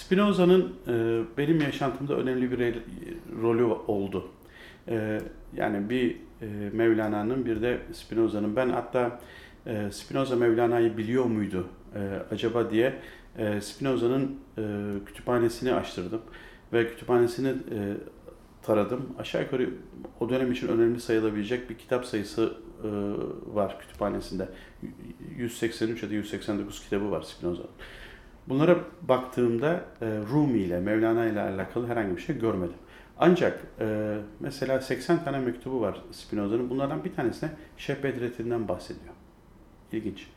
Spinoza'nın benim yaşantımda önemli bir rolü oldu. Yani bir Mevlana'nın bir de Spinoza'nın. Ben hatta Spinoza Mevlana'yı biliyor muydu acaba diye Spinoza'nın kütüphanesini açtırdım ve kütüphanesini taradım. Aşağı yukarı o dönem için önemli sayılabilecek bir kitap sayısı var kütüphanesinde. 183 ya da 189 kitabı var Spinoza'nın. Bunlara baktığımda Rumi ile, Mevlana ile alakalı herhangi bir şey görmedim. Ancak mesela 80 tane mektubu var Spinoza'nın. Bunlardan bir tanesine Şeyh Bedrettin'den bahsediyor. İlginç.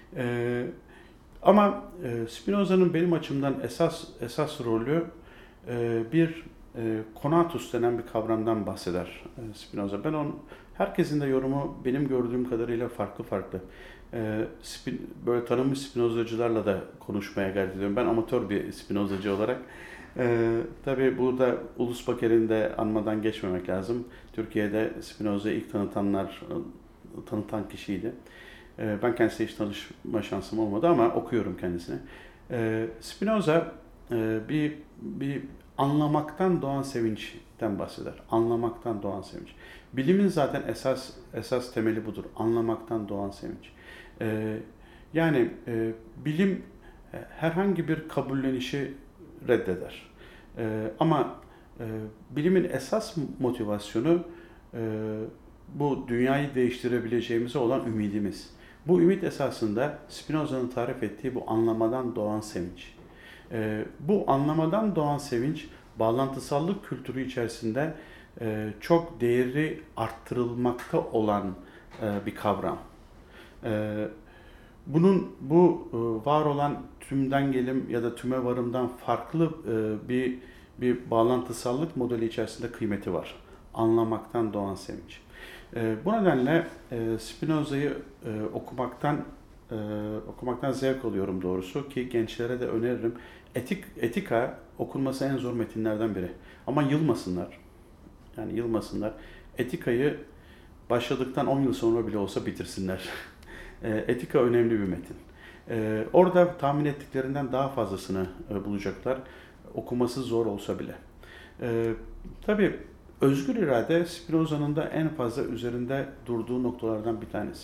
Ama Spinoza'nın benim açımdan esas rolü bir konatus denen bir kavramdan bahseder Spinoza. Herkesin de yorumu benim gördüğüm kadarıyla farklı. Böyle tanınmış Spinozacılarla da konuşmaya gayret ediyorum. Ben amatör bir Spinozacı olarak. Tabii burada Ulus Baker'in de anmadan geçmemek lazım. Türkiye'de Spinoza'yı ilk tanıtan kişiydi. Ben kendisiyle hiç tanışma şansım olmadı ama okuyorum kendisini. Spinoza bir anlamaktan doğan sevinçten bahseder. Anlamaktan doğan sevinç. Bilimin zaten esas temeli budur. Anlamaktan doğan sevinç. Yani bilim herhangi bir kabullenişi reddeder. Ama bilimin esas motivasyonu bu dünyayı değiştirebileceğimize olan ümidimiz. Bu ümit esasında Spinoza'nın tarif ettiği bu anlamadan doğan sevinç. Bu anlamadan doğan sevinç, bağlantısallık kültürü içerisinde çok değeri arttırılmakta olan bir kavram. Bu var olan tümden gelim ya da tüme varımdan farklı bir bağlantısallık modeli içerisinde kıymeti var. Anlamaktan doğan sevinç. Bu nedenle Spinoza'yı okumaktan zevk alıyorum doğrusu ki gençlere de öneririm. Etika okunması en zor metinlerden biri. Ama yılmasınlar. Yani yılmasınlar. Etikayı başladıktan 10 yıl sonra bile olsa bitirsinler. Etika önemli bir metin. Orada tahmin ettiklerinden daha fazlasını bulacaklar. Okuması zor olsa bile. Tabii özgür irade Spinoza'nın da en fazla üzerinde durduğu noktalardan bir tanesi.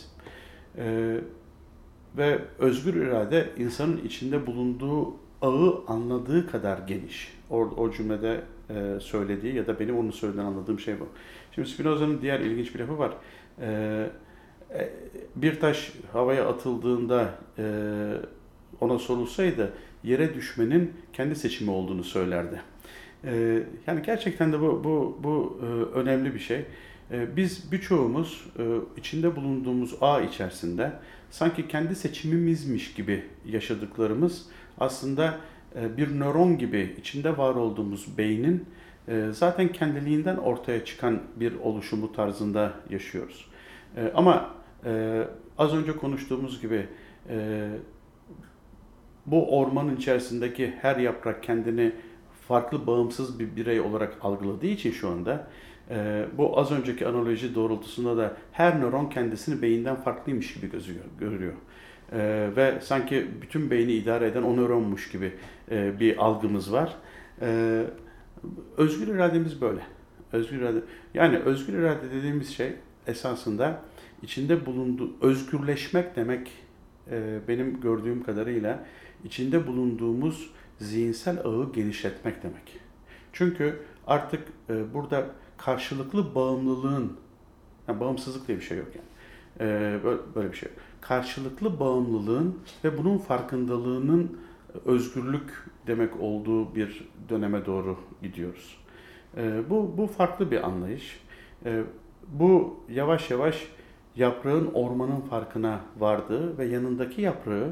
Ve özgür irade insanın içinde bulunduğu ağı anladığı kadar geniş. O cümlede söylediği ya da benim onun söylediğini anladığım şey bu. Şimdi Spinoza'nın diğer ilginç bir lafı var. Bir taş havaya atıldığında ona sorulsaydı yere düşmenin kendi seçimi olduğunu söylerdi. Yani gerçekten de bu önemli bir şey. Biz birçoğumuz içinde bulunduğumuz ağ içerisinde sanki kendi seçimimizmiş gibi yaşadıklarımız aslında bir nöron gibi içinde var olduğumuz beynin zaten kendiliğinden ortaya çıkan bir oluşumu tarzında yaşıyoruz. Ama az önce konuştuğumuz gibi bu ormanın içerisindeki her yaprak kendini farklı bağımsız bir birey olarak algıladığı için şu anda bu az önceki analoji doğrultusunda da her nöron kendisini beyinden farklıymış gibi görüyor. Ve sanki bütün beyni idare eden o nöronmuş gibi bir algımız var. Özgür irademiz böyle. Özgür irade dediğimiz şey esasında içinde özgürleşmek demek benim gördüğüm kadarıyla içinde bulunduğumuz zihinsel ağı genişletmek demek. Çünkü artık burada karşılıklı bağımlılığın, yani bağımsızlık diye bir şey yok yani. Böyle bir şey yok. Karşılıklı bağımlılığın ve bunun farkındalığının özgürlük demek olduğu bir döneme doğru gidiyoruz. Bu farklı bir anlayış. Bu yavaş yavaş yaprağın ormanın farkına vardığı ve yanındaki yaprağı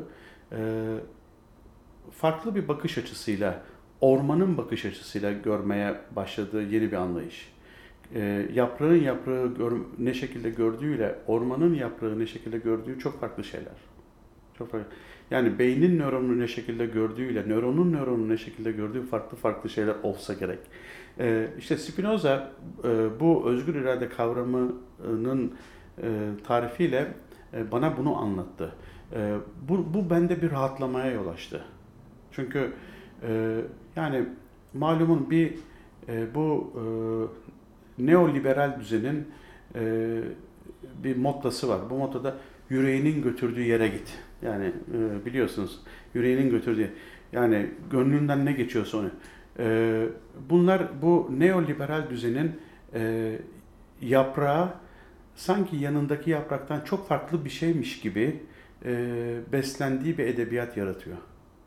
farklı bir bakış açısıyla, ormanın bakış açısıyla görmeye başladığı yeni bir anlayış. Yaprağın yaprağı ne şekilde gördüğüyle ormanın yaprağı ne şekilde gördüğü çok farklı şeyler. Çok farklı. Yani beynin nöronu ne şekilde gördüğüyle nöronun nöronu ne şekilde gördüğü farklı şeyler olsa gerek. İşte Spinoza bu özgür irade kavramının tarifiyle bana bunu anlattı. Bu bende bir rahatlamaya yol açtı. Çünkü Yani malumun bu neoliberal düzenin bir mottası var. Bu mottoda yüreğinin götürdüğü yere git. Yani biliyorsunuz yüreğinin götürdüğü, yani gönlünden ne geçiyorsa onu. Bunlar bu neoliberal düzenin yaprağı sanki yanındaki yapraktan çok farklı bir şeymiş gibi beslendiği bir edebiyat yaratıyor.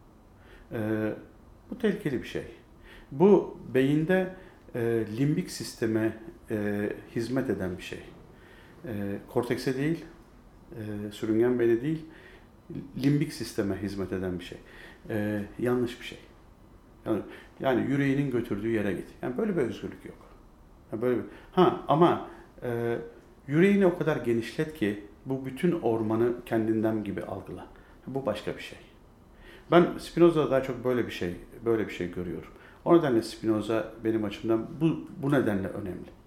Bu tehlikeli bir şey. Bu beyinde limbik sisteme hizmet eden bir şey. Kortekse değil, sürüngen beyne değil, limbik sisteme hizmet eden bir şey. Yanlış bir şey. Yani yüreğinin götürdüğü yere git. Yani böyle bir özgürlük yok. Yani böyle bir, ama yüreğini o kadar genişlet ki bu bütün ormanı kendinden gibi algıla. Bu başka bir şey. Ben Spinoza'da daha çok böyle bir şey görüyorum. O nedenle Spinoza benim açımdan bu nedenle önemli.